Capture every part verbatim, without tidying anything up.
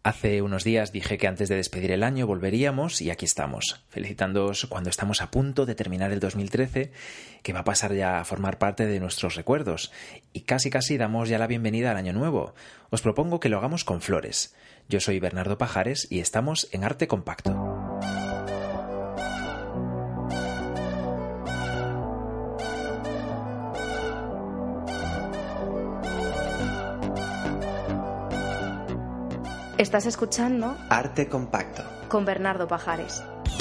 Hace unos días dije que antes de despedir el año volveríamos y aquí estamos, felicitándoos cuando estamos a punto de terminar el dos mil trece, que va a pasar ya a formar parte de nuestros recuerdos, y casi casi damos ya la bienvenida al año nuevo. Os propongo que lo hagamos con flores. Yo soy Bernardo Pajares y estamos en Arte Compacto. Estás escuchando Arte Compacto con Bernardo Pajares.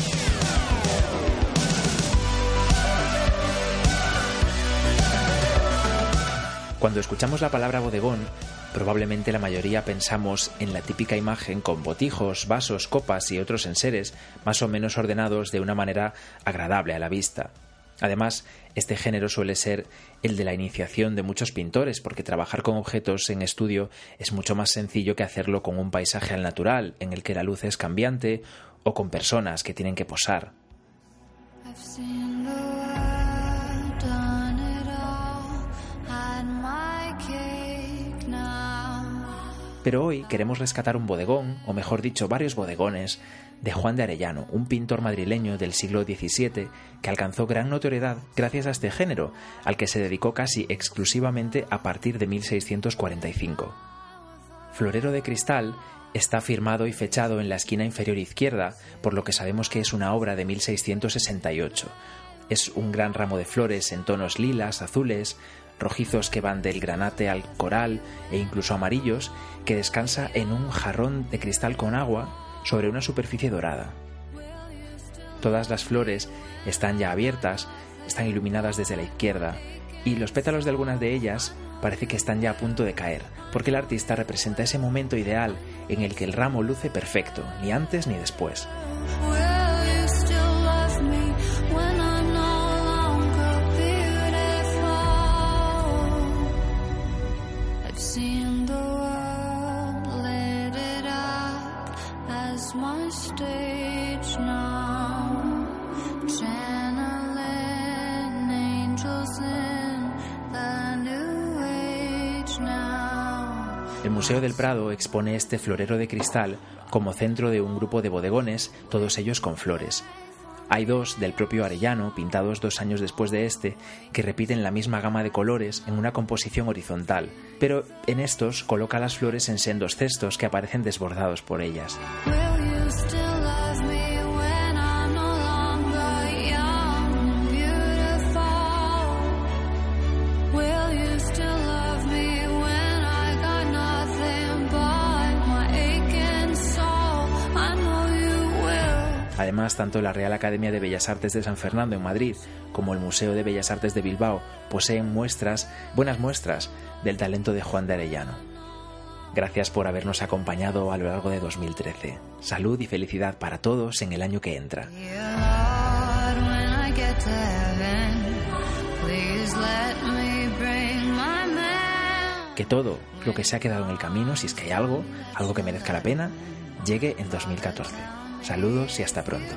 Cuando escuchamos la palabra bodegón, probablemente la mayoría pensamos en la típica imagen con botijos, vasos, copas y otros enseres más o menos ordenados de una manera agradable a la vista. Además, este género suele ser el de la iniciación de muchos pintores, porque trabajar con objetos en estudio es mucho más sencillo que hacerlo con un paisaje al natural, en el que la luz es cambiante, o con personas que tienen que posar. Pero hoy queremos rescatar un bodegón, o mejor dicho, varios bodegones, de Juan de Arellano, un pintor madrileño del siglo diecisiete que alcanzó gran notoriedad gracias a este género, al que se dedicó casi exclusivamente a partir de mil seiscientos cuarenta y cinco. Florero de Cristal está firmado y fechado en la esquina inferior izquierda, por lo que sabemos que es una obra de mil seiscientos sesenta y ocho. Es un gran ramo de flores en tonos lilas, azules, rojizos que van del granate al coral e incluso amarillos, que descansa en un jarrón de cristal con agua sobre una superficie dorada. Todas las flores están ya abiertas, están iluminadas desde la izquierda, y los pétalos de algunas de ellas parece que están ya a punto de caer, porque el artista representa ese momento ideal en el que el ramo luce perfecto, ni antes ni después. El Museo del Prado expone este florero de cristal como centro de un grupo de bodegones, todos ellos con flores. Hay dos del propio Arellano, pintados dos años después de este, que repiten la misma gama de colores en una composición horizontal, pero en estos coloca las flores en sendos cestos que aparecen desbordados por ellas. Además, tanto la Real Academia de Bellas Artes de San Fernando en Madrid como el Museo de Bellas Artes de Bilbao poseen muestras, buenas muestras del talento de Juan de Arellano. Gracias por habernos acompañado a lo largo de dos mil trece. Salud y felicidad para todos en el año que entra. Que todo lo que se ha quedado en el camino, si es que hay algo, algo que merezca la pena, llegue en dos mil catorce. Saludos y hasta pronto.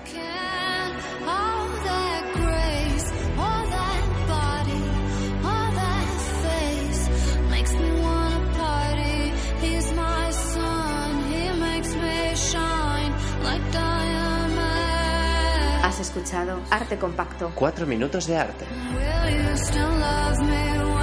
Has escuchado Arte Compacto. Cuatro minutos de arte. Will you still love me?